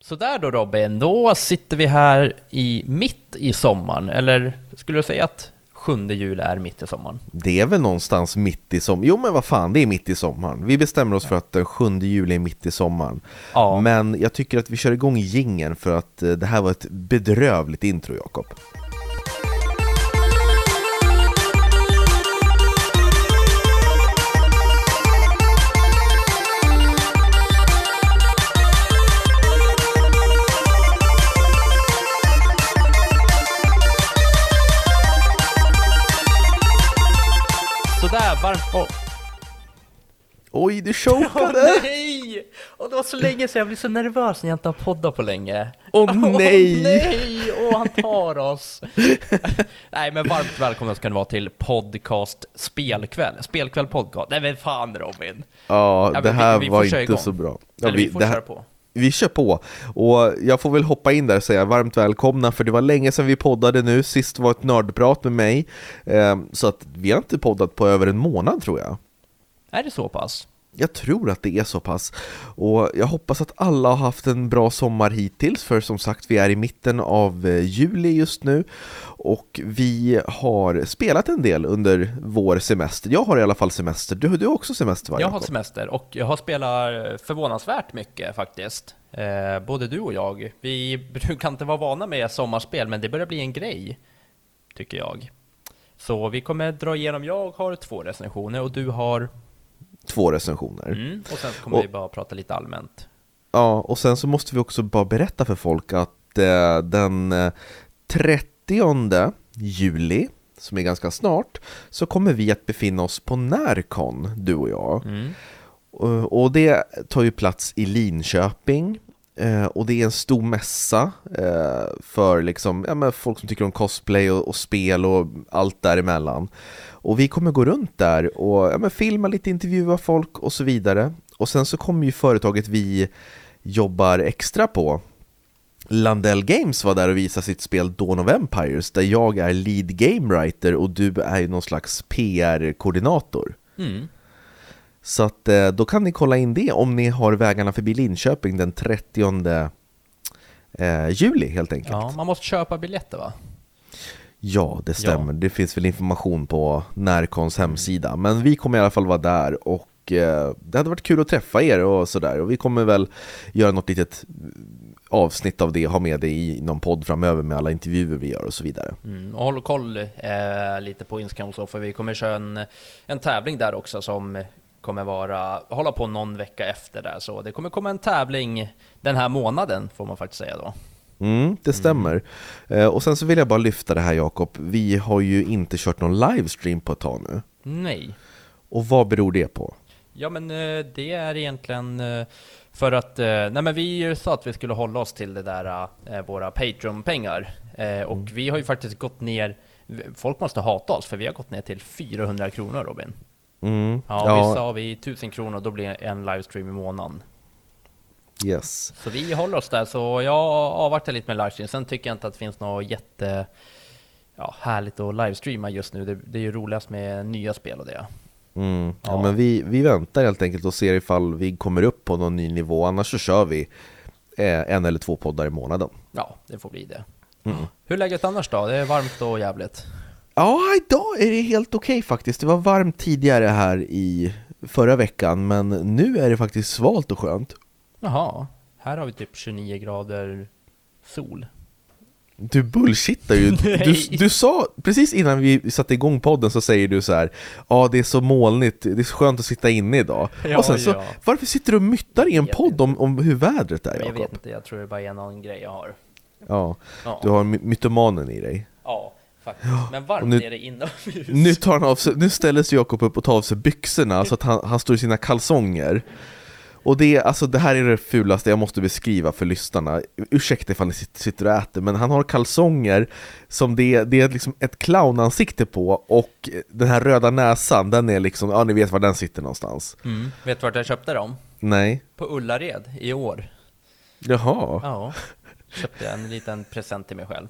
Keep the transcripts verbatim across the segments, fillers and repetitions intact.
Så där då Robin, då sitter vi här i mitt i sommaren. Eller skulle du säga att sjunde juli är mitt i sommaren? Det är väl någonstans mitt i sommaren. Jo men vad fan, det är mitt i sommaren. Vi bestämmer oss för att den sjunde juli är mitt i sommaren. Ja. Men jag tycker att vi kör igång jingeln för att det här var ett bedrövligt intro, Jakob. Sådär, varmt... Oh. Oj, du chokade! Åh nej! Och det var så länge så jag blir så nervös när jag inte har poddat på länge. Åh oh, nej! Åh nej! Åh, han tar oss! Nej, men varmt välkomna ska ni vara till podcast Spelkväll. Spelkväll podcast. Nej, men fan Robin. Ja, ja det här vi, vi var inte igång. Så bra. Ja, Eller vi, vi får det här... köra på. Vi kör på, och jag får väl hoppa in där och säga varmt välkomna, för det var länge sedan vi poddade nu. Sist var ett nördprat med mig, eh, så att vi har inte poddat på över en månad tror jag. Är det så pass? Jag tror att det är så pass, och jag hoppas att alla har haft en bra sommar hittills, för som sagt vi är i mitten av juli just nu och vi har spelat en del under vår semester. Jag har i alla fall semester, du, du har också semester va? Jag har semester och jag har spelat förvånansvärt mycket faktiskt, eh, både du och jag. Vi brukar inte vara vana med sommarspel, men det börjar bli en grej tycker jag. Så vi kommer dra igenom, jag har två recensioner och du har två recensioner. Mm, och sen kommer och, vi bara prata lite allmänt. Ja, och sen så måste vi också bara berätta för folk att eh, den trettionde juli, som är ganska snart, så kommer vi att befinna oss på Närcon, du och jag. Mm. Och, och det tar ju plats i Linköping. Eh, och det är en stor mässa eh, för liksom, ja, men folk som tycker om cosplay och, och spel och allt däremellan. Och vi kommer gå runt där och ja, men filma lite, intervjua folk och så vidare. Och sen så kommer ju företaget vi jobbar extra på, Landell Games, var där och visar sitt spel Dawn of Empires, där jag är lead game writer och du är ju någon slags P R-koordinator. Mm. Så att då kan ni kolla in det om ni har vägarna förbi Linköping den trettionde juli helt enkelt. Ja, man måste köpa biljetter va? Ja, det stämmer. Ja. Det finns väl information på Närcons hemsida. Men vi kommer i alla fall vara där och eh, det hade varit kul att träffa er och sådär. Och vi kommer väl göra något litet avsnitt av det, ha med det i någon podd framöver med alla intervjuer vi gör och så vidare. Mm, och håll koll eh, lite på Instagram och så, för vi kommer köra en, en tävling där också som kommer vara, hålla på någon vecka efter där. Så det kommer komma en tävling den här månaden får man faktiskt säga då. Mm, det stämmer. Mm. Eh, och sen så vill jag bara lyfta det här, Jakob. Vi har ju inte kört någon livestream på ett tag nu. Nej. Och vad beror det på? Ja, men eh, det är egentligen eh, för att eh, nej, men vi sa att vi skulle hålla oss till det där eh, våra Patreon-pengar. Eh, och mm. vi har ju faktiskt gått ner, folk måste hata oss för vi har gått ner till fyrahundra kronor, Robin. Mm. Ja, ja, vi sa vi tusen kronor, då blir en livestream i månaden. Yes. Så vi håller oss där, så jag avvaktar lite med livestream. Sen tycker jag inte att det finns något jätte ja, härligt att livestreama just nu. Det, det är ju roligast med nya spel och det. Mm. Ja, ja, men vi, vi väntar helt enkelt och ser ifall vi kommer upp på någon ny nivå. Annars så kör vi eh, en eller två poddar i månaden. Ja, det får bli det. Mm. Hur är läget annars då? Det är varmt och jävligt. Ja, idag är det helt okej faktiskt. Det var varmt tidigare här i förra veckan, men nu är det faktiskt svalt och skönt. Jaha, här har vi typ tjugonio grader sol. Du bullshittar ju. Du, du sa, precis innan vi satte igång podden så säger du så här: ja, det är så molnigt, det är så skönt att sitta inne idag. Ja, och sen så, ja. Varför sitter du och myttar i en jag podd om, om hur vädret är, Jakob? Jag vet inte, jag tror det är bara en annan grej jag har. Ja, ja. Du har mytomanen i dig. Ja, faktiskt. Men varmt nu, är det inomhus. Nu, tar han av sig, nu ställer sig Jakob upp och tar av sig byxorna så att han, han står i sina kalsonger. Och det, alltså, det här är det fulaste jag måste beskriva för lyssnarna. Ursäkta ifall ni sitter och äter, men han har kalsonger som det, det är liksom ett clownansikte på. Och den här röda näsan, den är liksom, ja, ni vet var den sitter någonstans. Mm. Vet du vart jag köpte dem? Nej. På Ullared i år. Jaha. Ja, köpte en liten present till mig själv.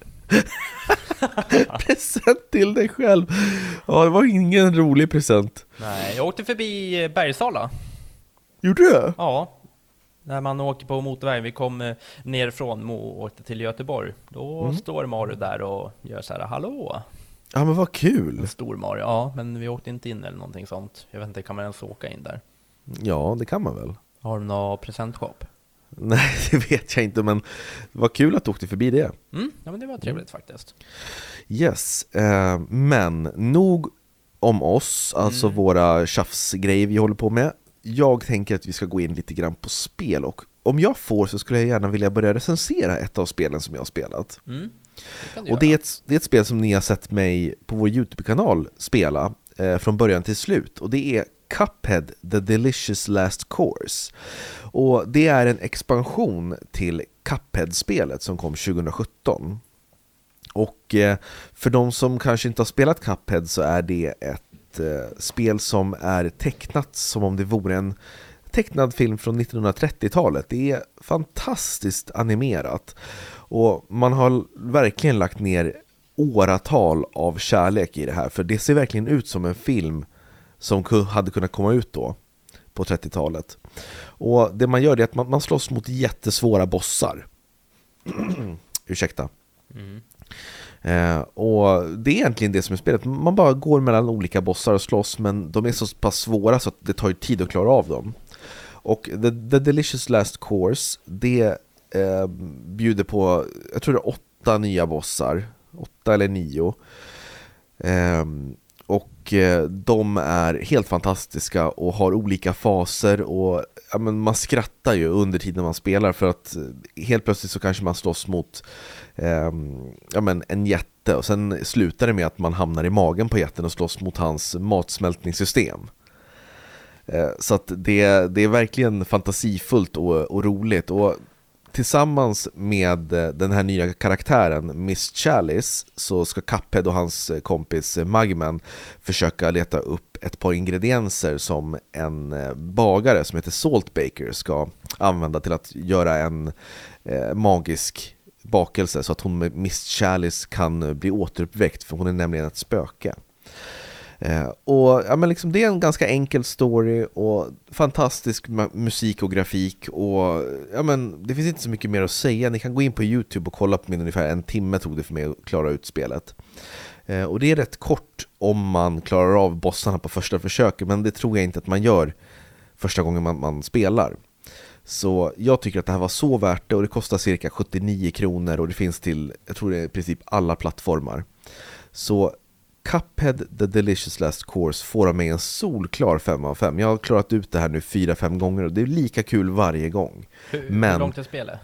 Present till dig själv. Ja, det var ingen rolig present. Nej, jag åkte förbi Bergsala. Gjorde du? Ja. När man åker på motorvägen, vi kom eh, nerifrån Mo och åkte till Göteborg. Då Mm. står Mario där och gör så här, hallå. Ja, men vad kul! En stor Mario, ja, men vi åkte inte in eller någonting sånt. Jag vet inte, kan man ens åka in där? Ja, det kan man väl. Har du någon presentshop? Nej, det vet jag inte, men vad kul att du åkte förbi det. Mm, ja, men det var trevligt faktiskt. Yes, eh, men nog om oss, alltså Mm. våra tjafsgrejer vi håller på med. Jag tänker att vi ska gå in lite grann på spel, och om jag får så skulle jag gärna vilja börja recensera ett av spelen som jag har spelat. Mm, det kan du Och det är, göra. ett, det är ett spel som ni har sett mig på vår YouTube-kanal spela eh, från början till slut, och det är Cuphead The Delicious Last Course. Och det är en expansion till Cuphead-spelet som kom tjugohundrasjutton. Och eh, för de som kanske inte har spelat Cuphead så är det ett eh, spel som är tecknat som om det vore en tecknad film från nittonhundratrettiotalet. Det är fantastiskt animerat, och man har verkligen lagt ner åratal av kärlek i det här, för det ser verkligen ut som en film som ku- hade kunnat komma ut då på trettiotalet. Och det man gör är att man, man slåss mot jättesvåra bossar. Ursäkta. Mm. Eh, och det är egentligen det som är spelet. Man bara går mellan olika bossar och slåss, men de är så pass svåra så att det tar ju tid att klara av dem. Och The, The Delicious Last Course, det eh, bjuder på, jag tror det är åtta nya bossar. Åtta eller nio. Eh, och eh, de är helt fantastiska och har olika faser, och ja, men man skrattar ju under tiden man spelar, för att helt plötsligt så kanske man slåss mot eh, ja, men en jätte, och sen slutar det med att man hamnar i magen på jätten och slåss mot hans matsmältningssystem. Eh, så att det, det är verkligen fantasifullt och, och roligt, och tillsammans med den här nya karaktären Miss Chalice så ska Cuphead och hans kompis Mugman försöka leta upp ett par ingredienser som en bagare som heter Salt Baker ska använda till att göra en eh, magisk bakelse, så att hon med Miss Chalice kan bli återuppväckt, för hon är nämligen ett spöke. Eh, och ja, men liksom det är en ganska enkel story och fantastisk ma- musik och grafik, och ja, men det finns inte så mycket mer att säga. Ni kan gå in på YouTube och kolla på min, ungefär en timme tog det för mig att klara ut spelet. Eh, och det är rätt kort om man klarar av bossarna på första försöket, men det tror jag inte att man gör första gången man, man spelar. Så jag tycker att det här var så värt det, och det kostar cirka sjuttionio kronor, och det finns till, jag tror det är i princip alla plattformar. Så Cuphead The Delicious Last Course får av mig en solklar fem av fem. Jag har klarat ut det här nu fyra fem gånger, och det är lika kul varje gång. Hur, Men- hur långt är spelet?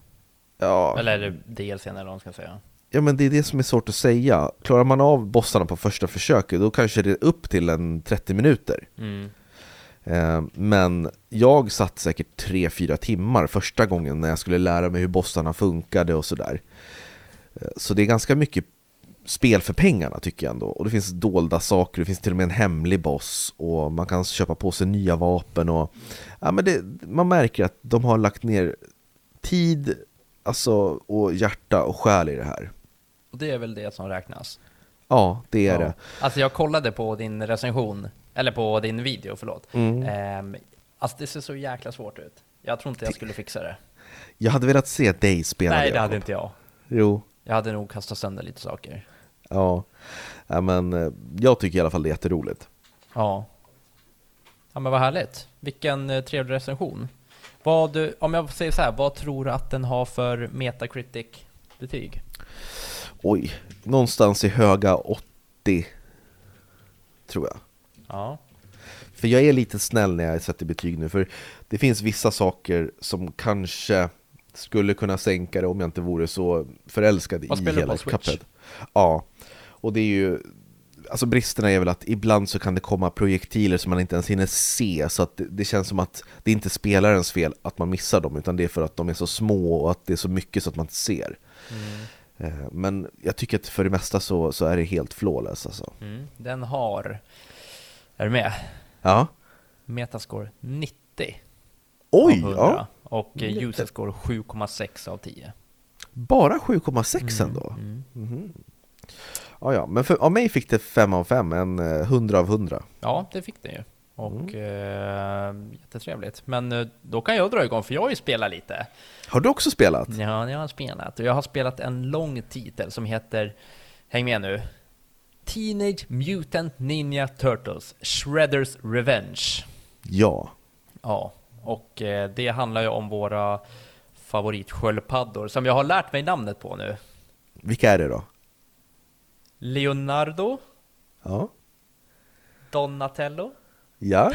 Ja, Eller är det D L C eller vad man ska säga? ja, men det är det som är svårt att säga. Klarar man av bossarna på första försöket, då kanske det är upp till en trettio minuter. Mm. Eh, Men jag satt säkert tre fyra timmar första gången när jag skulle lära mig hur bossarna funkade och sådär. Eh, Så det är ganska mycket spel för pengarna, tycker jag ändå. Och det finns dolda saker, det finns till och med en hemlig boss, och man kan köpa på sig nya vapen, och ja, men det, man märker att de har lagt ner tid, alltså, och hjärta och själ i det här. Och det är väl det som räknas? Ja, det är Ja. det. Alltså jag kollade på din recension, eller på din video, förlåt. Mm. Ehm, alltså det ser så jäkla svårt ut. Jag tror inte jag skulle fixa det. Jag hade velat se dig spela. Nej, det Jakob. hade inte jag. Jo, Jag hade nog kastat sönder lite saker. ja. Ja, men eh, jag tycker i alla fall det är jätteroligt. Ja. Ja, men vad härligt. Vilken eh, trevlig recension. Vad, du- om jag säger så här, vad tror du att den har för Metacritic-betyg? Oj, någonstans i höga åttio, tror jag. Ja. För jag är lite snäll när jag sätter betyg nu, för det finns vissa saker som kanske skulle kunna sänka det om jag inte vore så förälskad Vad i spelar du hela på Switch? Cuphead. Ja, och det är ju, alltså bristerna är väl att ibland så kan det komma projektiler som man inte ens hinner se, så att det, det känns som att det inte är spelarens fel att man missar dem, utan det är för att de är så små och att det är så mycket så att man inte ser. Mm. Eh, Men jag tycker att för det mesta så, så är det helt flawless alltså. Mm. Den har, är du med? Ja. Metascore nittio Oj, av hundra. ja. Och eh, Lite. user score sju komma sex av tio. Bara sju komma sex ändå. Mm. Mhm. Ja, ja, men för, av mig fick det fem av fem, en eh, hundra av hundra. Ja, det fick den ju. Och mm. eh, jättetrevligt. Men eh, då kan jag dra igång, för jag har ju spelat lite. Har du också spelat? Ja, jag har spelat. Och jag har spelat en lång titel som heter, häng med nu, Teenage Mutant Ninja Turtles Shredder's Revenge. Ja. Ja, och eh, det handlar ju om våra favoritsköldpaddor som jag har lärt mig namnet på nu. Vilka är det då? Leonardo. Ja. Donatello. Ja.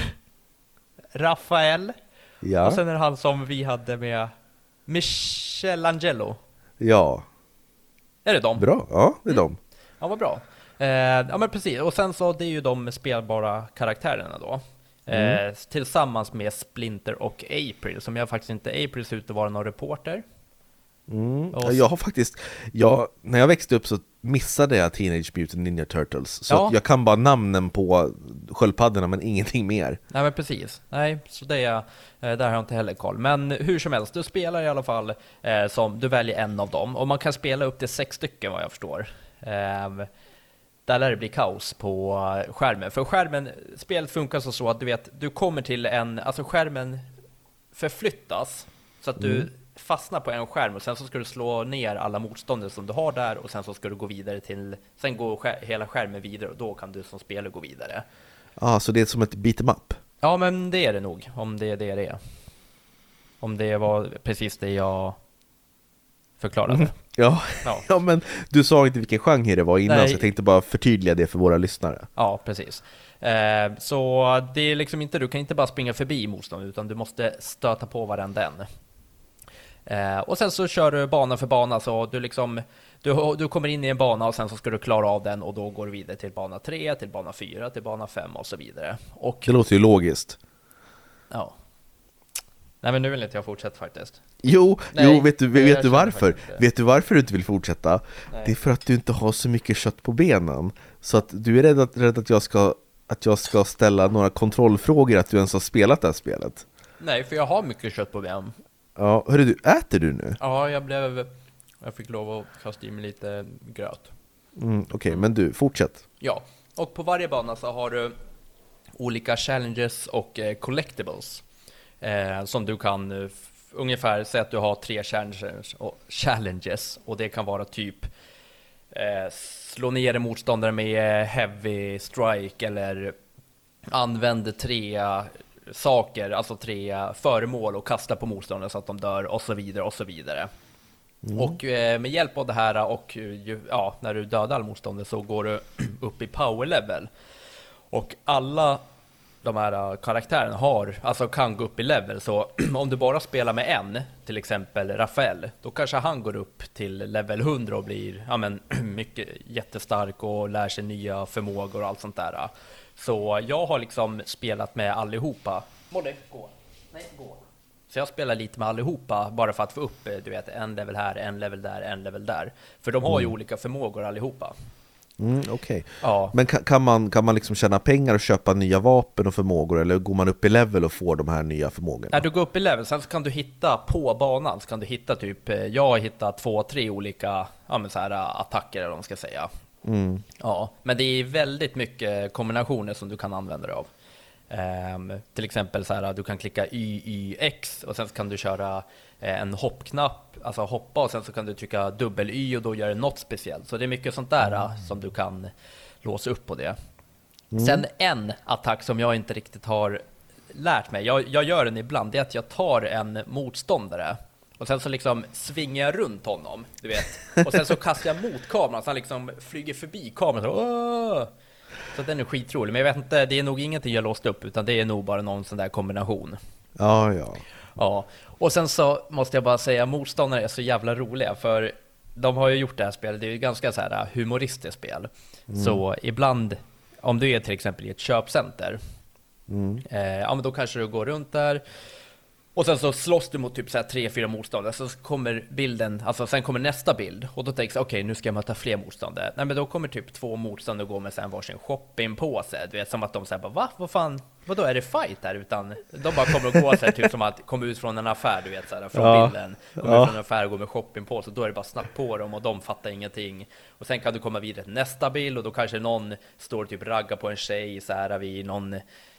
Rafael. Ja. Och sen är det han som vi hade med Michelangelo. Ja. Är det dem? Bra, ja det är mm. dem. Ja, vad bra. Eh, ja men precis, och sen så det är ju de spelbara karaktärerna då. Mm. Eh, tillsammans med Splinter och April, som jag faktiskt inte, April ser ut att vara någon reporter. Mm. Ja, jag har faktiskt, jag, när jag växte upp så missade jag Teenage Mutant Ninja Turtles. Så ja. jag kan bara namnen på sköldpaddorna men ingenting mer. Nej men precis, nej, så det är, där har jag inte heller koll. Men hur som helst, du spelar i alla fall eh, som, du väljer en av dem. Och man kan spela upp till sex stycken vad jag förstår. Eh, Där lär det bli kaos på skärmen. För skärmen, spelet funkar så, så att du vet, du kommer till en, alltså skärmen förflyttas så att du mm. fastnar på en skärm och sen så ska du slå ner alla motståndare som du har där och sen så ska du gå vidare till, sen går skär, hela skärmen vidare och då kan du som spelare gå vidare. Ja, ah, så det är som ett beat'em up? Ja, men det är det nog, om det är det det är. Om det var precis det jag förklarade. Mm. Ja. Ja. ja, men du sa inte vilken genre det var innan. Nej. Så jag tänkte bara förtydliga det för våra lyssnare. Ja, precis. Eh, så det är liksom inte, du kan inte bara springa förbi motstånd utan du måste stöta på varandra en. Eh, och sen så kör du bana för bana, så du liksom du, du kommer in i en bana och sen så ska du klara av den och då går du vidare till bana tre, till bana fyra, till bana fem och så vidare. Och det låter ju logiskt. Ja. Nej, men nu vill inte jag fortsätta faktiskt. Jo, Nej, jo vet du, vet du varför? Vet du varför du inte vill fortsätta? Nej. Det är för att du inte har så mycket kött på benen. Så att du är rädd att, rädd att, jag, ska, att jag ska ställa några kontrollfrågor att du ens har spelat det här spelet. Nej, för jag har mycket kött på benen. Ja, hörru du, äter du nu? Ja, jag blev jag fick lov att kasta i mig lite gröt. Mm, Okej, okay, mm. men du, fortsätt. Ja, och på varje bana så har du olika challenges och eh, collectibles. Eh, som du kan uh, f- ungefär säga att du har tre challenges och, challenges, och det kan vara typ eh, slå ner en motståndare med eh, heavy strike eller använd tre saker, alltså tre föremål och kasta på motståndare så att de dör och så vidare och så vidare. Mm. Och eh, med hjälp av det här och ju, ja, när du dödar all motståndare så går du upp i power level. Och alla de här karaktärerna har, alltså kan gå upp i level. Så om du bara spelar med en, till exempel Rafael, då kanske han går upp till level hundra och blir ja, men, mycket jättestark och lär sig nya förmågor och allt sånt där. Så jag har liksom spelat med allihopa. Molly, gå. Nej, gå. Så jag spelar lite med allihopa bara för att få upp, du vet, en level här, en level där, en level där. För de har ju mm. olika förmågor allihopa. Mm, Okej, okay. Ja. Men kan, kan man, kan man liksom tjäna pengar och köpa nya vapen och förmågor, eller går man upp i level och får de här nya förmågorna? När du går upp i level, sen så kan du hitta på banan, så kan du hitta typ, jag har hittat två, tre olika ja, men så här, attacker eller vad man ska säga. Mm. Ja, men det är väldigt mycket kombinationer som du kan använda dig av. Um, till exempel så här, du kan klicka Y, Y, X och sen så kan du köra eh, en hoppknapp, alltså hoppa, och sen så kan du trycka dubbel Y och då gör det något speciellt. Så det är mycket sånt där mm. som du kan låsa upp på det. Mm. Sen en attack som jag inte riktigt har lärt mig, jag, jag gör den ibland, det är att jag tar en motståndare och sen så liksom svingar jag runt honom, du vet. Och sen så kastar jag mot kameran så han liksom flyger förbi kameran så, åh! Så den är skitrolig, men jag vet inte, det är nog ingenting jag låst upp, utan det är nog bara någon sån där kombination. Ja, ja. Ja, och sen så måste jag bara säga, motståndare är så jävla roliga, för de har ju gjort det här spelet, det är ju ganska så här humoristiskt spel. Mm. Så ibland, om du är till exempel i ett köpcenter, mm. eh, ja men då kanske du går runt där, och sen så slåss du mot typ så här tre, fyra motståndare. Så kommer bilden, alltså sen kommer nästa bild. Och då tänker jag, okej, okay, nu ska jag möta fler motståndare. Nej, men då kommer typ två motståndare och går med sen varsin shoppingpåse. Du vet, som att de säger bara, va? Vad fan? Vadå, är det fight här? Utan de bara kommer att gå så här, typ som att komma ut från en affär, du vet, så här, från ja. bilden. Kommer ja. ut från en affär och går med shoppingpåse. Då är det bara snabbt på dem och de fattar ingenting. Och sen kan du komma vidare till nästa bild och då kanske någon står typ ragga på en tjej så här vid någon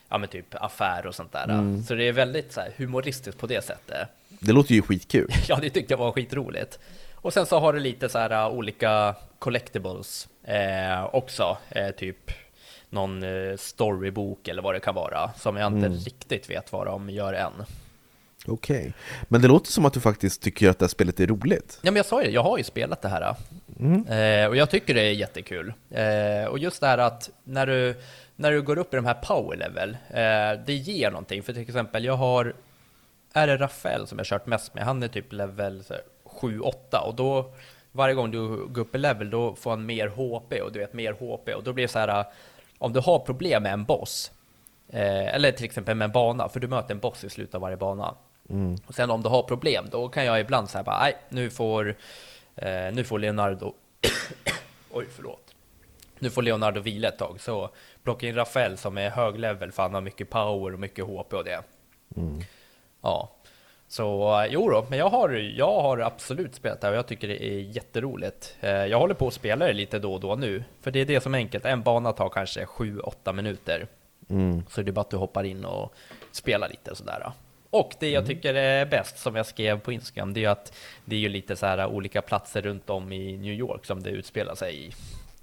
ja men typ affär och sånt där. Mm. Så det är väldigt så här humoristiskt på det sättet. Det låter ju skitkul. Ja, det tyckte jag var skitroligt. Och sen så har det lite så här uh, olika collectibles eh, också. Eh, typ någon eh, storybok eller vad det kan vara. Som jag inte Mm. riktigt vet vad de gör än. Okej. Okay. Men det låter som att du faktiskt tycker att det här spelet är roligt. Ja, men jag sa ju det. Jag har ju spelat det här. Mm. Eh, och jag tycker det är jättekul. Eh, och just det här att när du, när du går upp i de här power level. Eh, det ger någonting. För till exempel, jag har... Är det Rafael som jag kört mest med? Han är typ level sju åtta. Och då... Varje gång du går upp i level, då får han mer H P. Och du vet, mer H P. Och då blir det så här... Om du har problem med en boss. Eh, eller till exempel med en bana. För du möter en boss i slutet av varje bana. Mm. Och sen om du har problem, då kan jag ibland säga bara, nej, nu får, eh, nu får Leonardo, oj förlåt, nu får Leonardo vila ett tag, så plocka in Rafael som är hög level, för han har mycket power och mycket H P och det. Mm. Ja, så eh, jo då, men jag har, jag har absolut spelat det här och jag tycker det är jätteroligt. Eh, jag håller på att spela det lite då och då nu, för det är det som är enkelt, en bana tar kanske sju åtta minuter. Mm. Så det är bara att du hoppar in och spelar lite sådär. Och det jag tycker är bäst, som jag skrev på Instagram, det är att det är ju lite så här olika platser runt om i New York som det utspelar sig i.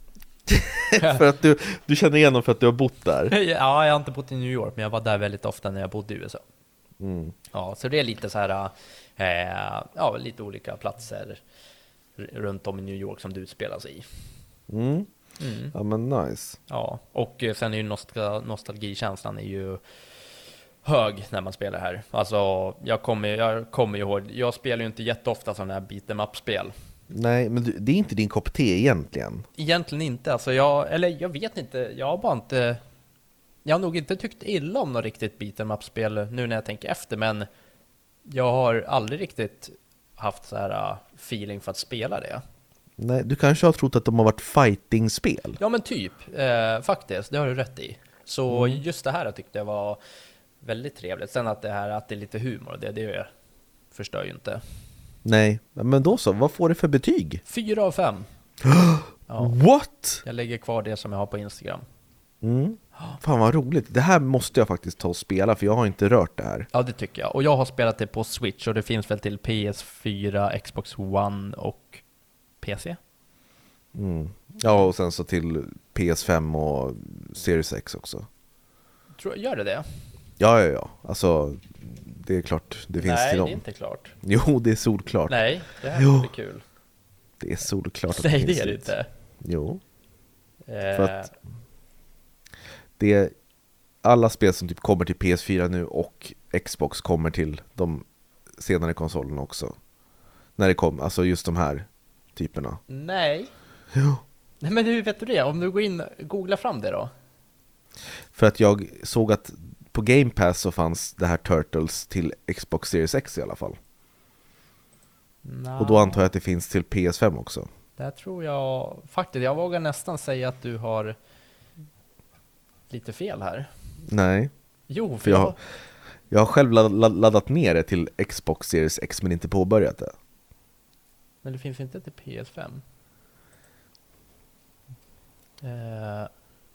För att du, du känner igen dem för att du har bott där. Ja, jag har inte bott i New York, men jag var där väldigt ofta när jag bodde i U S A. Mm. Ja, så det är lite så här, eh, ja, lite olika platser r- runt om i New York som det utspelar sig i. Mm. Mm. Ja, men nice. Ja, och eh, sen är ju nostal- nostalgikänslan är ju hög när man spelar här. Alltså, jag kommer, jag kommer ju ihåg, jag spelar ju inte jätteofta sådana här beat em up-spel. Nej, men du, det är inte din kopp te egentligen. Egentligen inte, alltså jag, eller jag vet inte, jag har bara inte, jag har nog inte tyckt illa om något riktigt beat em up-spel nu när jag tänker efter, men jag har aldrig riktigt haft så här uh, feeling för att spela det. Nej, du kanske har trott att de har varit fighting-spel. Ja men typ, eh, faktiskt, det har du rätt i. Så Mm. just det här jag tyckte jag var väldigt trevligt. Sen att det här att det är lite humor, det, det förstör ju inte. Nej, men då så, vad får det för betyg? Fyra av fem. Ja, What? jag lägger kvar det som jag har på Instagram. Mm. Fan vad roligt. Det här måste jag faktiskt ta och spela, för jag har inte rört det här. Ja, det tycker jag. Och jag har spelat det på Switch och det finns väl till P S fyra, Xbox One och P C. Mm. Ja, och sen så till P S fem och Series X också. Tror, gör det det? Ja, ja, ja. Alltså, det är klart det finns Nej, till det dem. är inte klart. Jo, det är solklart. Nej, det här Jo. blir kul. Det är solklart att Nej, finns det är det dit. inte. Jo. Eh, För att det är alla spel som typ kommer till P S fyra nu och Xbox kommer till de senare konsolerna också. När det kommer, alltså just de här typerna. nej. Jo. Nej, men hur vet du det? Om du går in och googlar fram det då? För att jag såg att på Game Pass så fanns det här Turtles till Xbox Series X i alla fall. Nå, Och då antar jag att det finns till P S fem också. där tror jag faktiskt, jag vågar nästan säga att du har lite fel här. Nej, Jo, för för jag, jag... har- jag har själv ladd- ladd- laddat ner det till Xbox Series X men inte påbörjat det. Men det finns inte till P S fem. Eh,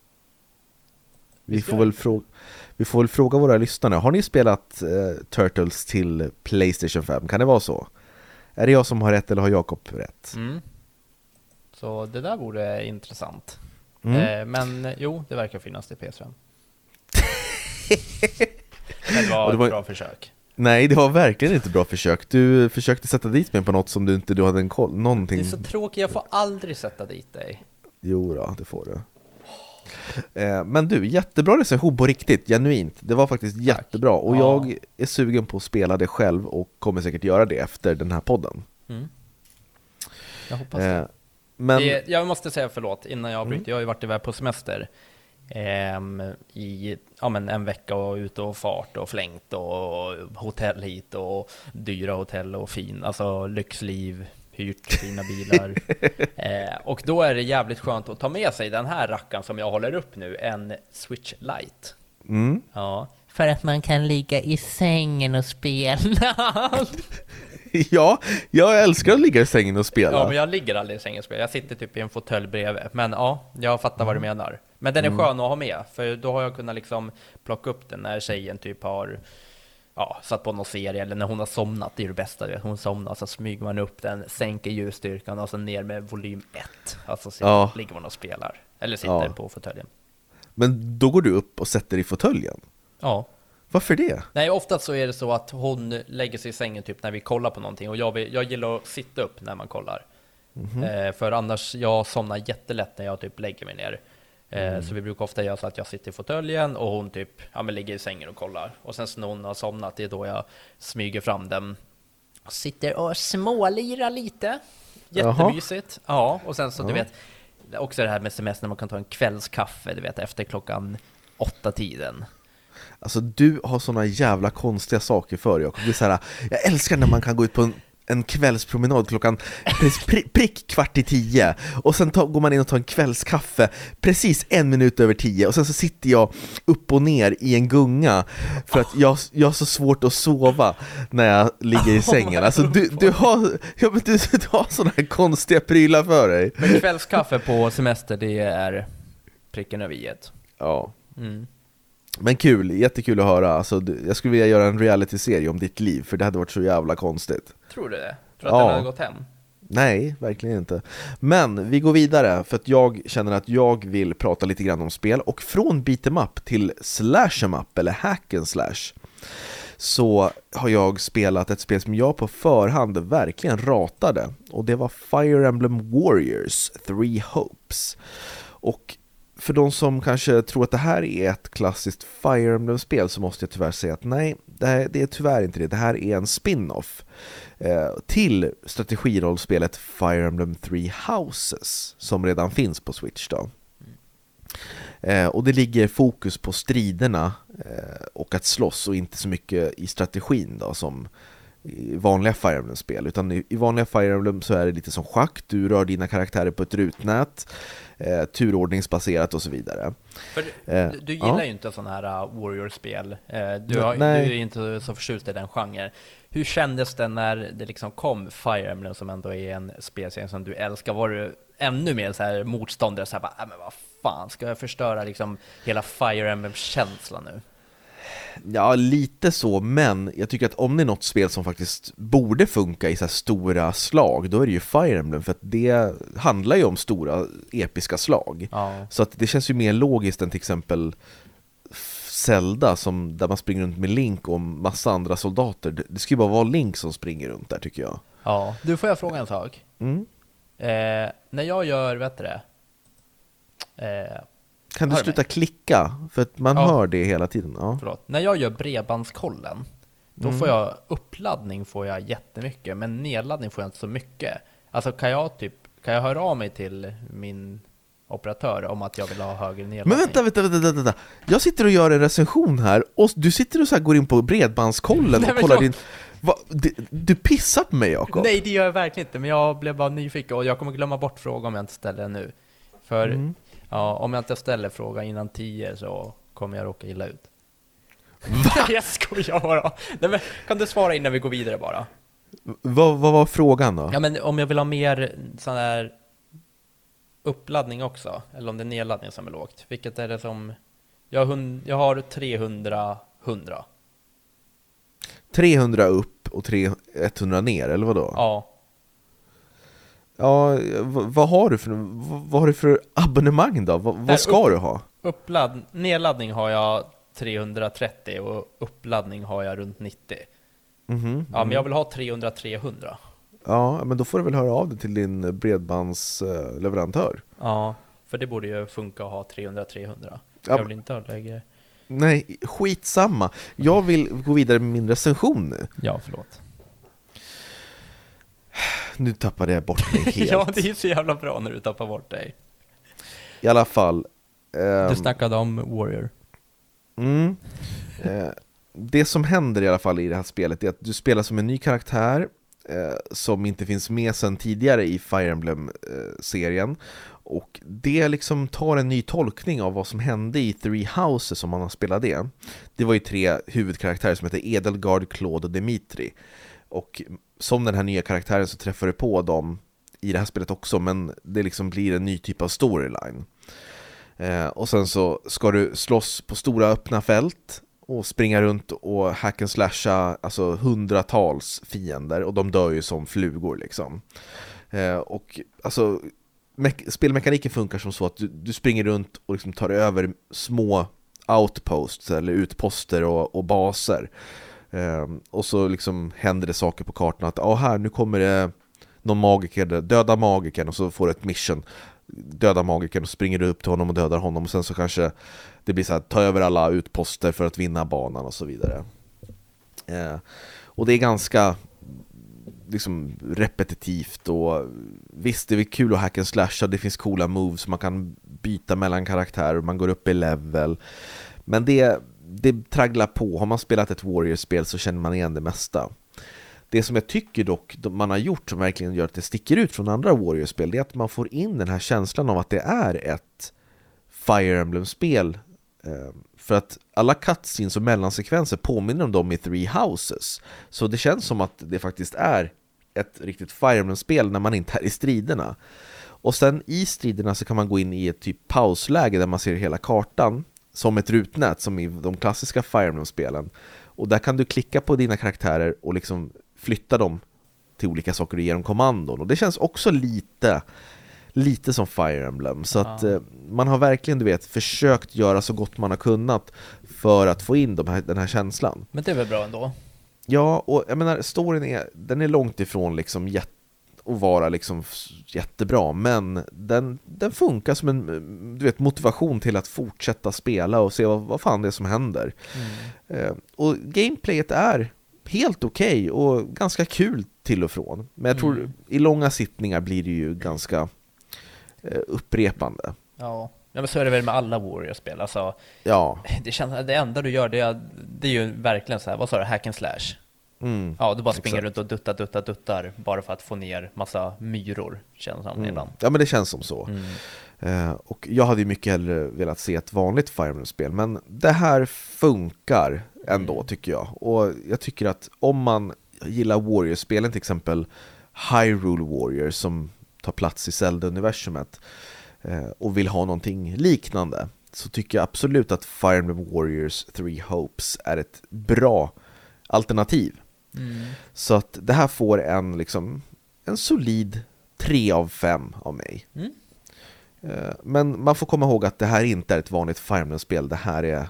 Vi Visst får, gör väl det. fråga, vi får väl fråga våra lyssnare. Har ni spelat eh, Turtles till PlayStation fem? Kan det vara så? Är det jag som har rätt eller har Jakob rätt? mm. Så det där vore intressant. Mm. Eh, men jo, det verkar finnas till P S fem. Men det var Och det var- ett bra försök. Nej, det var verkligen inte bra försök. Du försökte sätta dit mig på något som du inte du hade en koll. Det Någonting. är så tråkigt, jag får aldrig sätta dit dig. Jo då, det får du. Eh, men du, jättebra recension på riktigt, genuint. Det var faktiskt jättebra. Och Ja. jag är sugen på att spela det själv och kommer säkert göra det efter den här podden. Mm. Jag hoppas det. Eh, men det. Jag måste säga förlåt innan jag avbryter. Mm. Jag har ju varit iväg på semester ehm, i ja, men en vecka och ute och fart och flängt och hotell hit och dyra hotell och fin, alltså lyxliv, hyrt fina bilar. eh, och då är det jävligt skönt att ta med sig den här rackan som jag håller upp nu, en Switch Lite. mm, Ja, för att man kan ligga i sängen och spela. ja, jag älskar att ligga i sängen och spela. Ja, men jag ligger aldrig i sängen och spelar. Jag sitter typ i en fåtölj bredvid. Men ja, jag fattar vad du menar. Men den är Mm. skön att ha med, för då har jag kunnat liksom plocka upp den när tjejen typ har ja, satt på någon serie, eller när hon har somnat. Det är det bästa, du vet. Hon somnar, så smyger man upp den, sänker ljusstyrkan och så ner med volym ett. Alltså så Ja. ligger man och spelar. Eller sitter Ja. på fåtöljen. Men då går du upp och sätter dig i fåtöljen. Ja. Varför det? Nej, oftast så är det så att hon lägger sig i sängen typ när vi kollar på någonting. Och jag, vill, jag gillar att sitta upp när man kollar. Mm-hmm. Eh, för annars, jag somnar jättelätt när jag typ lägger mig ner. Eh, Mm. Så vi brukar ofta göra så att jag sitter i fåtöljen och hon typ ja, men ligger i sängen och kollar. Och sen så när hon har somnat, det är då jag smyger fram den. Och sitter och smålirar lite. Jättemysigt. Ja, och sen så Ja. du vet, också det här med semester när man kan ta en kvällskaffe, du vet, efter klockan åtta tiden. Alltså du har såna jävla konstiga saker för dig, Jakob. Det är så här, jag älskar när man kan gå ut på en, en kvällspromenad klockan precis, prick, prick kvart i tio. Och sen tar, går man in och tar en kvällskaffe precis en minut över tio. Och sen så sitter jag upp och ner i en gunga för att jag, jag har så svårt att sova när jag ligger i sängen. Alltså du, du har, ja, men du, du har såna här konstiga prylar för dig. Men kvällskaffe på semester, det är pricken över i. Ja. Mm. Men kul, jättekul att höra. Alltså, du- jag skulle vilja göra en reality-serie om ditt liv, för det hade varit så jävla konstigt. Tror du det? Tror du att Ja. den hade gått hem? Nej, verkligen inte. Men vi går vidare, för att jag känner att jag vill prata lite grann om spel. Och från beat'em up till slash em up, eller hack and slash, så har jag spelat ett spel som jag på förhand verkligen ratade. Och det var Fire Emblem Warriors Three Hopes. Och för de som kanske tror att det här är ett klassiskt Fire Emblem-spel, så måste jag tyvärr säga att nej, det, här, det är tyvärr inte det. Det här är en spin-off eh, till strategirollspelet Fire Emblem Three Houses, som redan finns på Switch då. Eh, och det ligger fokus på striderna eh, och att slåss, och inte så mycket i strategin då, som i vanliga Fire Emblem-spel. Utan i, i vanliga Fire Emblem så är det lite som schack. Du rör dina karaktärer på ett rutnät, eh, turordningsbaserat och så vidare. För du, Eh, du, du gillar ja. ju inte sådana här uh, Warrior-spel. Eh, du, Nej, har, du nej. är inte så förtjust i den genren. Hur kändes det när det liksom kom Fire Emblem, som ändå är en spelserie som du älskar? Var du ännu mer så här motståndare, så här bara, "Äh, men vad fan, ska jag förstöra liksom hela Fire Emblem-känslan nu?" Ja, lite så, men jag tycker att om det är något spel som faktiskt borde funka i så här stora slag, då är det ju Fire Emblem, för att det handlar ju om stora episka slag. Ja. Så att det känns ju mer logiskt än till exempel Zelda, som, där man springer runt med Link och massa andra soldater. Det, det ska ju bara vara Link som springer runt där, tycker jag. Ja. Du, får jag fråga en sak? Mm. Eh, när jag gör, vet du det? Eh, Kan du Hör sluta klicka? För att man Ja. hör det hela tiden. Ja. förlåt. När jag gör bredbandskollen, då Mm. får jag uppladdning får jag jättemycket, men nedladdning får jag inte så mycket. Alltså kan jag typ, kan jag höra av mig till min operatör om att jag vill ha högre nedladdning? Men vänta, vänta, vänta, vänta. Jag sitter och gör en recension här, och du sitter och så här går in på bredbandskollen Nej, och men kollar jag- din... Va? Du, du pissar på mig, Jakob. Nej, det gör jag verkligen inte, men jag blev bara nyfiken, och jag kommer glömma bort frågan om jag inte ställer den nu. För Mm. ja, om jag inte ställer frågan innan tio så kommer jag råka illa ut. Jag skojar bara. Nej, men kan du svara innan vi går vidare bara? Vad, vad var frågan då? Ja, men om jag vill ha mer sån här uppladdning också, eller om det är nedladdning som är lågt. Vilket är det som... Jag, har hund- jag har trehundra, hundra. trehundra upp och tre, etthundra ner, eller vad då? Ja. Ja, v- vad har du för, v- vad har du för abonnemang då? V- Nej, vad ska upp- du ha? Uppladd, nedladdning har jag trehundratrettio och uppladdning har jag runt nittio. Mhm. Ja, men jag vill ha trehundra, trehundra. Ja, men då får du väl höra av dig till din bredbandsleverantör. Ja, för det borde ju funka att ha trehundra, trehundra. Ja, Jag vill inte ha lägre. Nej, skitsamma. Jag vill gå vidare med min recension nu. Ja, förlåt. Nu tappade jag bort mig helt. Ja, det är så jävla bra när du tappar bort dig. I alla fall. ehm, Du snackade om Warrior. Mm. Eh, det som händer i alla fall i det här spelet är att du spelar som en ny karaktär eh, som inte finns med sedan tidigare i Fire Emblem-serien. Och det liksom tar en ny tolkning av vad som hände i Three Houses som man har spelat det. Det var ju tre huvudkaraktärer som heter Edelgard, Claude och Dimitri. Och som den här nya karaktären så träffar du på dem i det här spelet också, men det liksom blir en ny typ av storyline. Eh, och sen så ska du slåss på stora öppna fält och springa runt och hack and slasha alltså hundratals fiender, och de dör ju som flugor liksom. Eh, och alltså me- spelmekaniken funkar som så att du, du springer runt och liksom tar över små outposts eller utposter och, och baser. Eh, och så liksom händer det saker på kartan att ah, här nu kommer det någon magiker, döda magikern, och så får du ett mission, döda magikern, och springer du upp till honom och dödar honom, och sen så kanske det blir så här, ta över alla utposter för att vinna banan och så vidare. Eh, och det är ganska liksom repetitivt, och visst det är kul att hack and slasha, det finns coola moves, man kan byta mellan karaktärer, man går upp i level, men det, det tragglar på. Har man spelat ett Warriors-spel så känner man igen det mesta. Det som jag tycker dock man har gjort som verkligen gör att det sticker ut från andra Warriors-spel, det är att man får in den här känslan av att det är ett Fire Emblem-spel. För att alla cutscenes och mellansekvenser påminner om dem i Three Houses. Så det känns som att det faktiskt är ett riktigt Fire Emblem-spel när man inte är i striderna. Och sen i striderna så kan man gå in i ett typ pausläge där man ser hela kartan som ett rutnät, som i de klassiska Fire Emblem-spelen. Och där kan du klicka på dina karaktärer och liksom flytta dem till olika saker och ge dem kommandon. Och det känns också lite lite som Fire Emblem. Så att eh, man har verkligen, du vet, försökt göra så gott man har kunnat för att få in de här, den här känslan. Men det är väl bra ändå? Ja, och jag menar, storyn är, den är långt ifrån liksom jät- att vara liksom jättebra, men den, den funkar som en, du vet, motivation till att fortsätta spela och se vad, vad fan det är som händer. Mm. Eh, och gameplayet är helt okej okay och ganska kul till och från. Men jag tror mm. i långa sittningar blir det ju ganska eh, upprepande. Ja. Ja, men så är det väl med alla Warriors-spel. Alltså, ja. det, känns, det enda du gör, det är, det är ju verkligen så här, vad sa du, hack and slash. Mm, ja, du bara springer exakt. runt och duttar, duttar, duttar bara för att få ner massa myror, känns det mm. ibland. Ja, men det känns som så. Mm. Eh, och jag hade ju mycket hellre velat se ett vanligt Fire Emblem-spel, men det här funkar ändå, mm. tycker jag. Och jag tycker att om man gillar Warriors-spelen, till exempel Hyrule Warriors som tar plats i Zelda-universumet, eh, och vill ha någonting liknande, så tycker jag absolut att Fire Emblem Warriors Three Hopes är ett bra alternativ. Mm. Så att det här får en liksom en solid tre av fem av mig. Mm. Eh, men man får komma ihåg att det här inte är ett vanligt Fire Emblem-spel. Det här är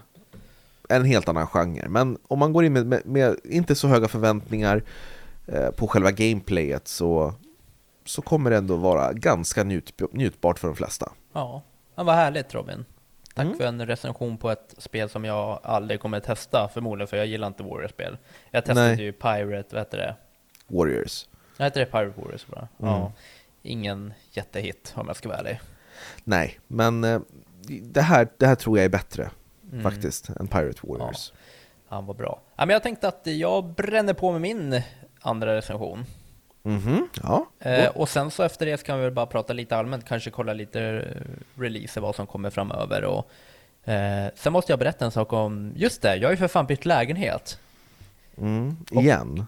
en helt annan genre. Men om man går in med, med, med inte så höga förväntningar eh, på själva gameplayet, så, så kommer det ändå vara ganska njut, njutbart för de flesta. Ja, men vad härligt, Robin. Tack mm. för en recension på ett spel som jag aldrig kommer att testa, förmodligen, för jag gillar inte Warriors-spel. Jag testade Nej. ju Pirate, vad heter det? Warriors. Jag heter det Pirate Warriors bara. Mm. Ja, ingen jättehit om jag ska vara ärlig. Nej, men eh, det, här, det här tror jag är bättre mm. faktiskt än Pirate Warriors. Ja, han var bra. Ja, men jag tänkte att jag bränner på med min andra recension. Mm-hmm. Ja. Eh, och sen så efter det så kan vi väl bara prata lite allmänt, kanske kolla lite releaser, vad som kommer framöver. Och, eh, sen måste jag berätta en sak om, just det, jag har ju för fan bytt lägenhet. Mm. Igen?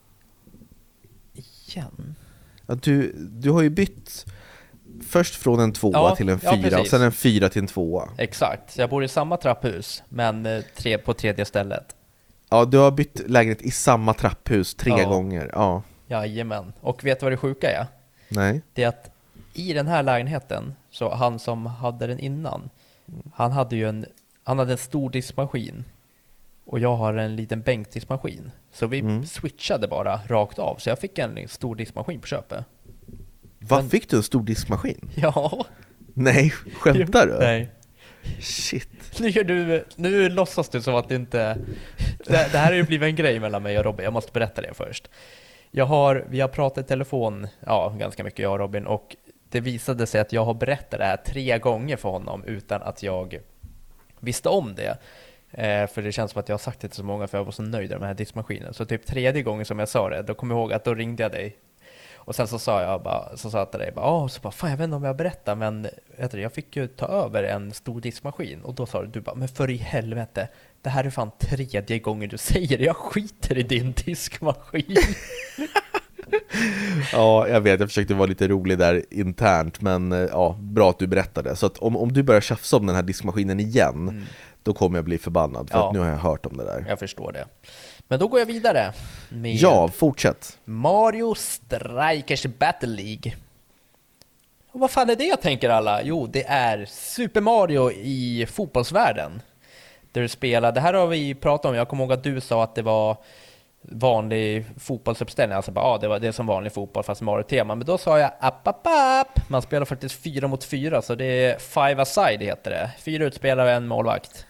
Och, igen? Ja, du, du har ju bytt först från en tvåa ja, till en fyra, ja, och sen en fyra till en tvåa. Exakt, jag bor i samma trapphus, men eh, tre, på tredje stället. Ja, du har bytt lägenhet i samma trapphus tre ja. gånger. Ja. Jajamän. Och vet du vad det sjuka är? Nej. Det är att i den här lägenheten, så han som hade den innan, han hade ju en, han hade en stor diskmaskin. Och jag har en liten bänkdiskmaskin. Så vi mm. switchade bara rakt av. Så jag fick en stor diskmaskin på köpet. Vad Men... fick du en stor diskmaskin? Ja. Nej, skämtar du? Nej. Shit. Nu, gör du, nu låtsas du som att det inte... Det, det här är ju blivit en grej mellan mig och Robin. Jag måste berätta det först. Jag har, vi har pratat i telefon, ja, ganska mycket, jag och Robin, och det visade sig att jag har berättat det här tre gånger för honom utan att jag visste om det. Eh, för det känns som att jag har sagt det till så många, för jag var så nöjd med den här diskmaskinen. Så typ tredje gången som jag sa det, då kommer jag ihåg att då ringde jag dig. Och sen så sa jag bara, så sa jag till dig, bara, Åh, så bara, fan jag vet inte om jag berättar, men vet du, jag fick ju ta över en stor diskmaskin. Och då sa du, du bara, men för i helvete, det här är fan tredje gången du säger det, jag skiter i din diskmaskin. Ja, jag vet, jag försökte vara lite rolig där internt, men ja, bra att du berättade. Så att om, om du börjar tjafsa om den här diskmaskinen igen, mm. då kommer jag bli förbannad, för ja. att nu har jag hört om det där. Jag förstår det. Men då går jag vidare med ja, fortsätt. Mario Strikers Battle League. Och vad fan är det, tänker alla? Jo, det är Super Mario i fotbollsvärlden. Där du spelar, det här har vi pratat om, jag kommer ihåg att du sa att det var vanlig fotbollsuppställning, alltså bara, ja, det var det som vanlig fotboll fast Mario-tema, men då sa jag app, app, app. Man spelar faktiskt fyra mot fyra, så det är five aside heter det, fyra utspelare och en målvakt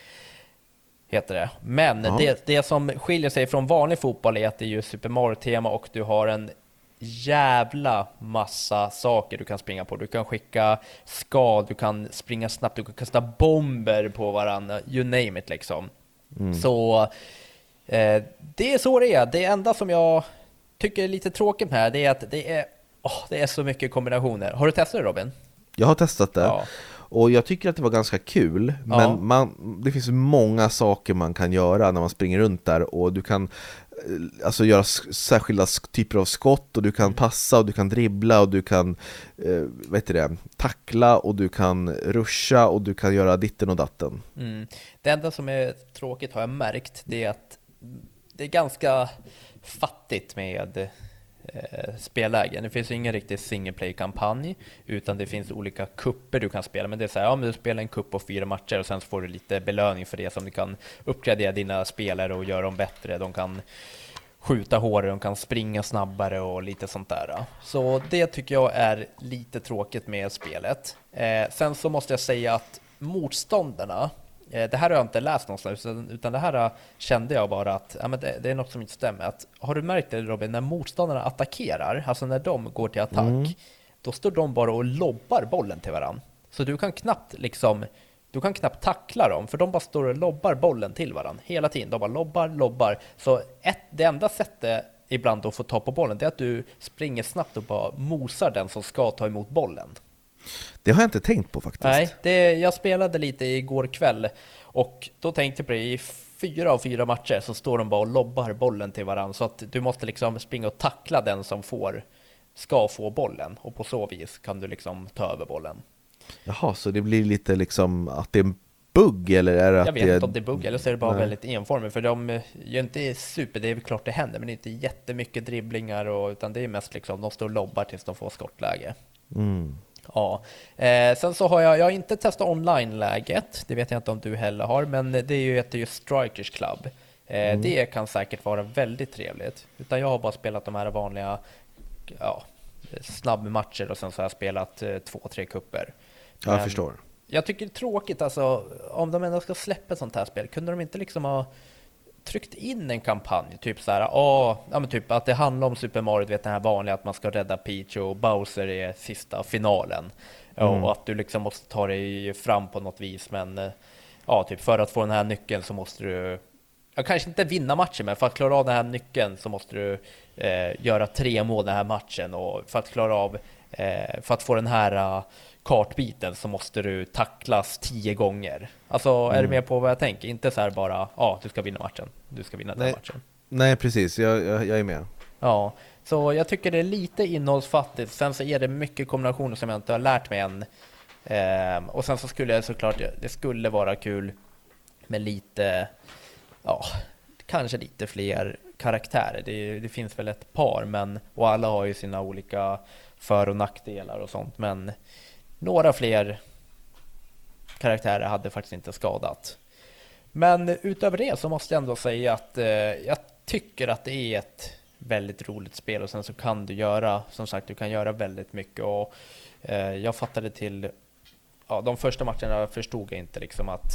heter det. Men ja. det, det som skiljer sig från vanlig fotboll är att det är ju Super Mario-tema och du har en jävla massa saker du kan springa på. Du kan skicka skad, du kan springa snabbt, du kan kasta bomber på varandra, you name it liksom. Mm. Så eh, det är så det är. Det enda som jag tycker är lite tråkigt här, det är att det är, oh, det är så mycket kombinationer. Har du testat det, Robin? Jag har testat det. Ja. Och jag tycker att det var ganska kul, men ja. man, det finns många saker man kan göra när man springer runt där, och du kan alltså göra särskilda typer av skott, och du kan passa och du kan dribbla och du kan eh, vet du det, tackla och du kan ruscha och du kan göra ditten och datten. Mm. Det enda som är tråkigt har jag märkt, det är att det är ganska fattigt med eh, spellägen. Det finns ingen riktig single play-kampanj, utan det finns olika kupper du kan spela. Men det är så här, ja, men du spelar en kupp på fyra matcher och sen så får du lite belöning för det, som du kan uppgradera dina spelare och göra dem bättre. De kan skjuta hårdare, de kan springa snabbare och lite sånt där. Så det tycker jag är lite tråkigt med spelet. Eh, sen så måste jag säga att motståndarna, det här har jag inte läst någonstans, utan det här kände jag bara att ja, men det, det är något som inte stämmer. Att, har du märkt det, Robin, när motståndarna attackerar, alltså när de går till attack, mm. då står de bara och lobbar bollen till varandra. Så du kan knappt liksom, du kan knappt tackla dem, för de bara står och lobbar bollen till varandra hela tiden. De bara lobbar, lobbar. Så ett, det enda sättet ibland att få ta på bollen, det är att du springer snabbt och bara mosar den som ska ta emot bollen. Det har jag inte tänkt på faktiskt. Nej, det, jag spelade lite igår kväll och då tänkte jag på det, i fyra av fyra matcher så står de bara och lobbar bollen till varandra, så att du måste liksom springa och tackla den som får, ska få bollen, och på så vis kan du liksom ta över bollen. Jaha, så det blir lite liksom att det är en bugg, eller är det att jag vet det... inte om det är bugg, eller så är det bara Nej. väldigt enformigt, för de gör inte super, det är klart det händer, men det är inte jättemycket dribblingar, och, utan det är mest liksom de står och lobbar tills de får skottläge. Mm. Ja, eh, sen så har jag, jag har inte testat online-läget, det vet jag inte om du heller har, men det är ju, heter ju Strikers Club. Eh, mm. Det kan säkert vara väldigt trevligt, utan jag har bara spelat de här vanliga, ja, snabbmatcher, och sen så har jag spelat eh, två, tre kupper. Ja, jag förstår. Jag tycker det är tråkigt, alltså, om de ändå ska släppa ett sånt här spel, kunde de inte liksom ha tryckt in en kampanj, typ så här, åh, ja, men typ att det handlar om Super Mario, du vet den här vanliga, att man ska rädda Peach och Bowser i sista finalen, mm. och att du liksom måste ta dig fram på något vis, men ja, typ för att få den här nyckeln så måste du, jag kanske inte vinna matchen, men för att klara av den här nyckeln så måste du eh, göra tre mål den här matchen, och för att klara av eh, för att få den här uh, kartbiten så måste du tacklas tio gånger. Alltså, mm. är du med på vad jag tänker? Inte så här bara, ja, ah, du ska vinna matchen. Du ska vinna den Nej. matchen. Nej, precis. Jag, jag, jag är med. Ja, så jag tycker det är lite innehållsfattigt. Sen så är det mycket kombinationer som jag inte har lärt mig än. Ehm, och sen så skulle jag såklart, det skulle vara kul med lite, ja, kanske lite fler karaktärer. Det, det finns väl ett par, men, och alla har ju sina olika för- och nackdelar och sånt, men några fler karaktärer hade faktiskt inte skadat. Men utöver det så måste jag ändå säga att eh, jag tycker att det är ett väldigt roligt spel, och sen så kan du göra, som sagt, du kan göra väldigt mycket, och eh, jag fattade till, ja, de första matcherna förstod jag inte liksom att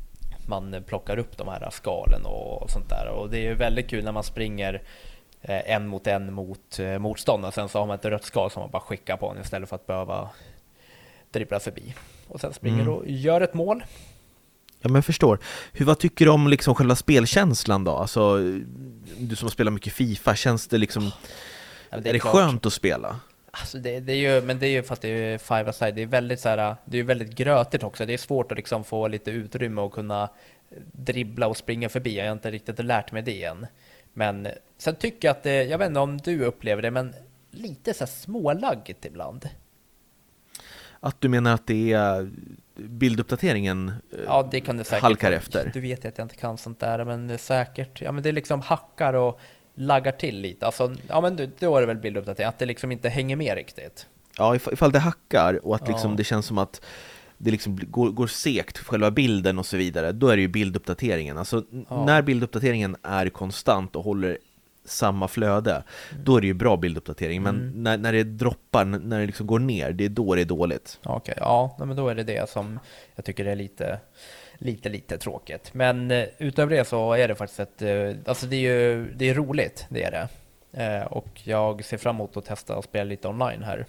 man plockar upp de här skalen och sånt där, och det är ju väldigt kul när man springer eh, en mot en mot eh, motståndaren, sen så har man ett rött skal som man bara skickar på en istället för att behöva dribbla förbi, och sen springer mm. och gör ett mål. Ja, men jag förstår. Hur, vad tycker du om liksom själva spelkänslan då? Alltså, du som spelar mycket FIFA, känns det liksom, ja, det är, är det skönt att spela? Alltså det, det är ju, men det är ju, fast det är ju five aside, det är väldigt så här, det är ju väldigt grötigt också. Det är svårt att liksom få lite utrymme och kunna dribbla och springa förbi. Jag har inte riktigt lärt mig det än. Men sen tycker jag att det, jag vet inte om du upplever det, men lite så här smålaggigt ibland. Att du menar att det är bilduppdateringen eh, Ja, det kan det säkert halkar vara. efter? Du vet att jag inte kan sånt där, men det är säkert. Ja, men det är liksom hackar och laggar till lite. Alltså, ja, men du, då är det väl bilduppdatering, att det liksom inte hänger med riktigt. Ja, ifall, ifall det hackar och att liksom Ja. det känns som att det liksom går, går segt, själva bilden och så vidare, då är det ju bilduppdateringen. Alltså Ja. när bilduppdateringen är konstant och håller samma flöde, mm. då är det ju bra bilduppdatering. Men Mm. när, när det droppar, när det liksom går ner, det är då det är dåligt. Okej, ja, men då är det det som jag tycker är lite, lite, lite tråkigt. Men eh, utöver det så är det faktiskt ett, eh, alltså det är ju, det är roligt, det är det. Eh, och jag ser fram emot att testa och spela lite online här.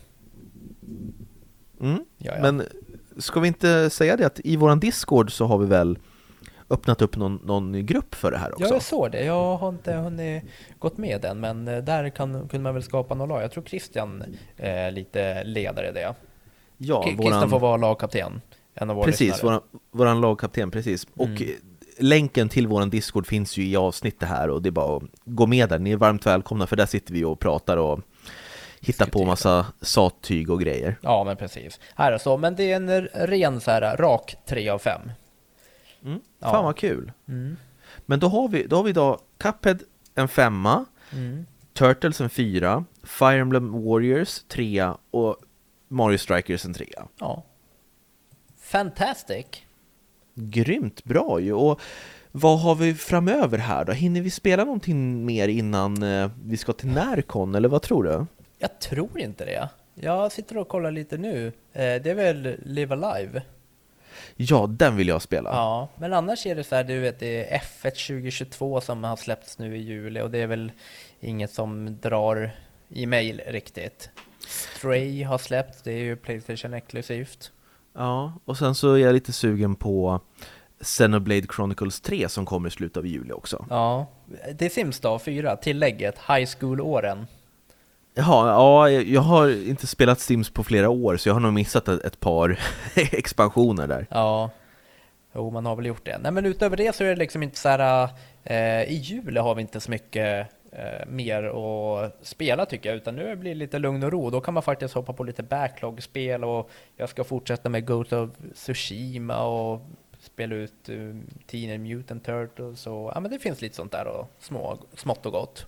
Mm. Ja, ja. Men ska vi inte säga det att i våran Discord så har vi väl öppnat upp någon, någon grupp för det här också? Ja, jag såg det. Jag har inte hunnit gått med den, men eh, där kan, kunde man väl skapa någon lag. Jag tror Christian är eh, lite ledare i det. Ja, K- Christian våran... får vara lagkapten. En av våra Precis, lyssnare. våran, våran lagkapten, precis. Mm. Och länken till våran Discord finns ju i avsnittet här och det är bara att gå med där. Ni är varmt välkomna, för där sitter vi och pratar och hittar på massa sattyg och grejer. Ja, men precis. Här är så, men det är en ren så här rak tre av fem. Mm. Ja. Fan vad kul. Mm. Men då har vi, då har vi då Cuphead en femma, Mm. Turtles en fyra, Fire Emblem Warriors trea och Mario Strikers en trea. Ja. Fantastic. Grymt bra ju. Och vad har vi framöver här då? Hinner vi spela någonting mer innan eh, vi ska till Närcon, eller vad tror du? Jag tror inte det. Jag sitter och kollar lite nu. Eh, det är väl Live Alive. Ja, den vill jag spela. Ja, men annars är det så här, du vet, det är F ett tjugo tjugotvå som har släppts nu i juli och det är väl inget som drar i mail riktigt. Stray har släppts, det är ju PlayStation exklusivt. Ja, och sen så är jag lite sugen på Xenoblade Chronicles tre som kommer i slutet av juli också. Ja, det är Sims då, fyra, tillägget, High School-åren. Jaha, ja, jag har inte spelat Sims på flera år, så jag har nog missat ett, ett par expansioner där. Ja, jo, man har väl gjort det. Nej, men utöver det så är det liksom inte så här, eh, i juli har vi inte så mycket eh, mer att spela tycker jag, utan nu blir det lite lugn och ro. Då kan man faktiskt hoppa på lite backlog-spel och jag ska fortsätta med Ghost of Tsushima och spela ut uh, Teenage Mutant Turtles och ja, men det finns lite sånt där och små, smått och gott.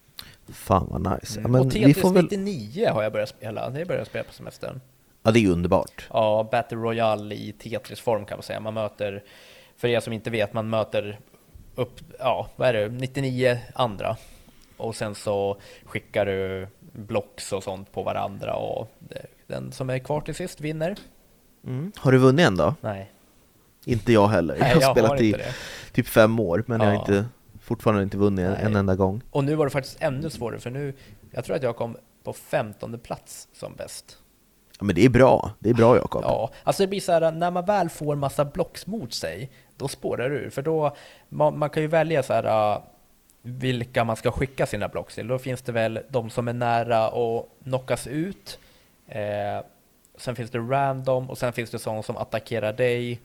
Fan vad nice. Mm. Ja, men och Tetris vi får väl... nittionio har jag börjat spela. Det börjar jag spela på semestern. Ja, det är underbart. Ja, Battle Royale i Tetris-form kan man säga. Man möter, för er som inte vet, man möter upp, ja, vad är det, nittionio andra. Och sen så skickar du blocks och sånt på varandra och det, den som är kvar till sist vinner. Mm. Har du vunnit än då? Nej. Inte jag heller. Nej, jag har jag spelat har i inte det. typ fem år, men Ja. jag har inte, fortfarande inte vunnit Nej. en enda gång. Och nu var det faktiskt ännu svårare för nu, jag tror att jag kom på femtonde plats som bäst. Ja, men det är bra. Det är bra, Jakob. Ja, alltså det blir så här, när man väl får massa blocks mot sig, då spårar det ur. För då, man, man kan ju välja så här, uh, vilka man ska skicka sina blocks till. Då finns det väl de som är nära att knockas ut. Eh, sen finns det random och sen finns det sådana som attackerar dig.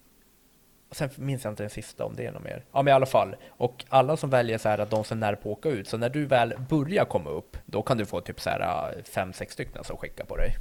Sen minns jag inte den sista om det är något mer. Ja, men i alla fall. Och alla som väljer så här att de som är nära på att åka ut. Så när du väl börjar komma upp, då kan du få typ så här fem, sex stycken som skickar på dig.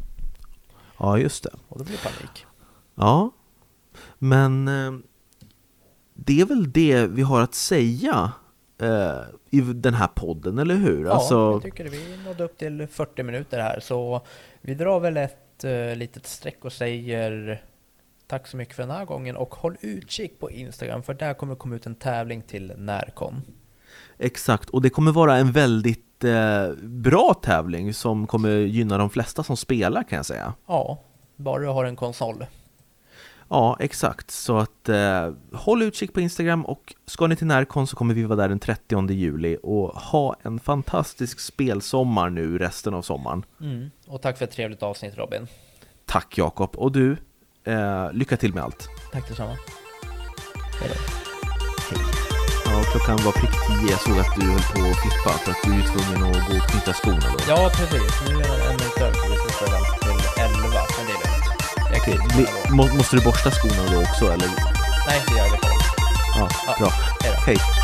Ja, just det. Och då blir det panik. Ja, men eh, det är väl det vi har att säga eh, i den här podden, eller hur? Ja, Alltså... jag tycker vi nådde upp till fyrtio minuter här. Så vi drar väl ett uh, litet streck och säger tack så mycket för den här gången. Och håll utkik på Instagram, för där kommer det komma ut en tävling till Närcon. Exakt, och det kommer vara en väldigt eh, bra tävling som kommer gynna de flesta som spelar, kan jag säga. Ja, bara du har en konsol. Ja, exakt. Så att eh, håll utkik på Instagram, och ska ni till Närcon så kommer vi vara där den trettionde juli och ha en fantastisk spelsommar nu resten av sommaren. Mm. Och tack för ett trevligt avsnitt, Robin. Tack, Jakob. Och du, eh, lycka till med allt. Tack detsamma. Hej då. Ja, klockan var prick tio. Jag såg att du höll på att flippa för att du är tvungen att gå och knyta skorna då. Ja, precis. Nu är det en minut över, så vi ska spela till elva, men det är lugnt. Jag Okej, kan inte må- måste du borsta skorna då också, eller? Nej, det gör jag. Ja, Ja, bra. hej då. Hej.